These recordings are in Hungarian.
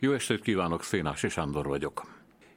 Jó estét kívánok, Szénási Sándor vagyok.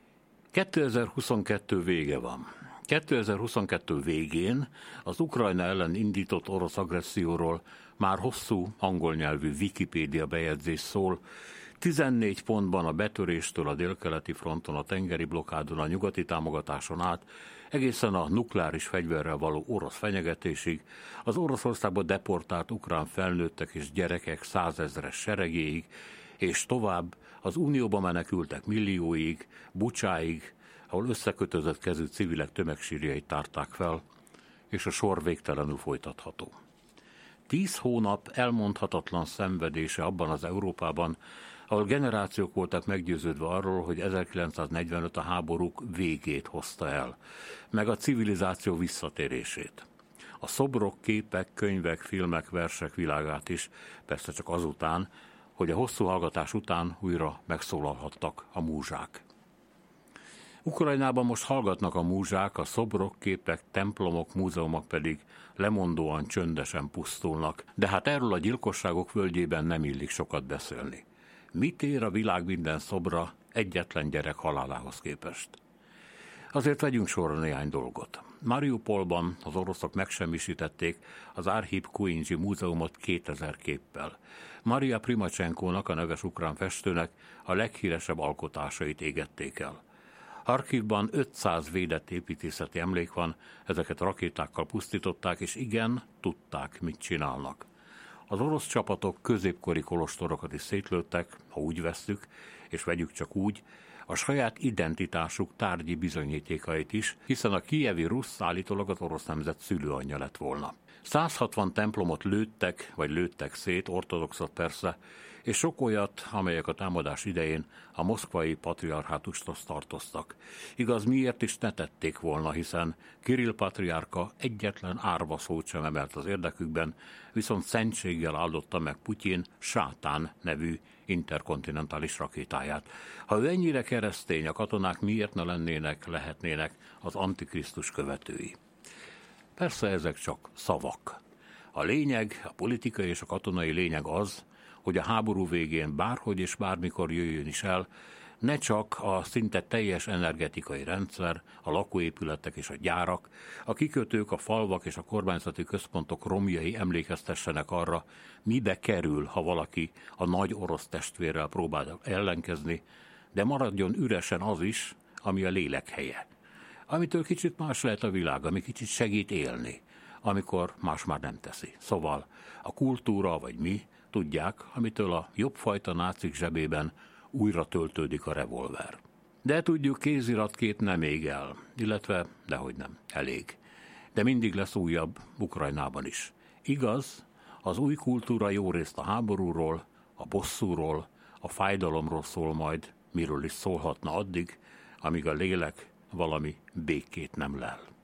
2022 vége van. 2022 végén az Ukrajna ellen indított orosz agresszióról már hosszú angol nyelvű Wikipédia bejegyzés szól. 14 pontban a betöréstől a délkeleti fronton, a tengeri blokkádon, a nyugati támogatáson át, egészen a nukleáris fegyverrel való orosz fenyegetésig, az Oroszországba deportált ukrán felnőttek és gyerekek 100 000-es seregéig, és tovább az Unióba menekültek millióig, Bucsáig, ahol összekötözött kezű civilek tömegsírjait tárták fel, és a sor végtelenül folytatható. 10 hónap elmondhatatlan szenvedése abban az Európában, ahol generációk voltak meggyőződve arról, hogy 1945 a háborúk végét hozta el, meg a civilizáció visszatérését. A szobrok, képek, könyvek, filmek, versek világát is, persze csak azután, hogy a hosszú hallgatás után újra megszólalhattak a múzsák. Ukrajnában most hallgatnak a múzsák, a szobrok, képek, templomok, múzeumok pedig lemondóan, csöndesen pusztulnak, de hát erről a gyilkosságok völgyében nem illik sokat beszélni. Mit ér a világ minden szobra egyetlen gyerek halálához képest? Azért vegyünk sorra néhány dolgot. Mariupolban az oroszok megsemmisítették az Archip Kuindzsi múzeumot 2000 képpel. Maria Primacsenkónak, a neves ukrán festőnek a leghíresebb alkotásait égették el. Harkivban 500 védett építészeti emlék van, ezeket rakétákkal pusztították, és igen, tudták, mit csinálnak. Az orosz csapatok középkori kolostorokat is szétlőttek, ha úgy vesszük, és vegyük csak úgy, a saját identitásuk tárgyi bizonyítékait is, hiszen a kijevi Rusz állítólag az orosz nemzet szülőanyja lett volna. 160 templomot lőttek szét, ortodoxot persze, és sok olyat, amelyek a támadás idején a moszkvai patriarchátusthoz tartoztak. Igaz, miért is ne tették volna, hiszen Kirill patriárka egyetlen árva szót sem emelt az érdekükben, viszont szentséggel áldotta meg Putyin Sátán nevű interkontinentális rakétáját. Ha ő ennyire keresztény, a katonák miért ne lehetnének az Antikrisztus követői? Persze ezek csak szavak. A lényeg, a politikai és a katonai lényeg az, hogy a háború végén bárhogy és bármikor jöjjön is el, ne csak a szinte teljes energetikai rendszer, a lakóépületek és a gyárak, a kikötők, a falvak és a kormányzati központok romjai emlékeztessenek arra, mibe kerül, ha valaki a nagy orosz testvérrel próbál ellenkezni, de maradjon üresen az is, ami a lélek helye. Amitől kicsit más lehet a világ, ami kicsit segít élni, amikor más már nem teszi. Szóval a kultúra vagy mi tudják, amitől a jobbfajta nácik zsebében újra töltődik a revolver. De tudjuk, kéziratkép nem ég el, illetve dehogy nem, elég. De mindig lesz újabb Ukrajnában is. Igaz, az új kultúra jó részt a háborúról, a bosszúról, a fájdalomról szól majd, miről is szólhatna addig, amíg a lélek valami békét nem lel.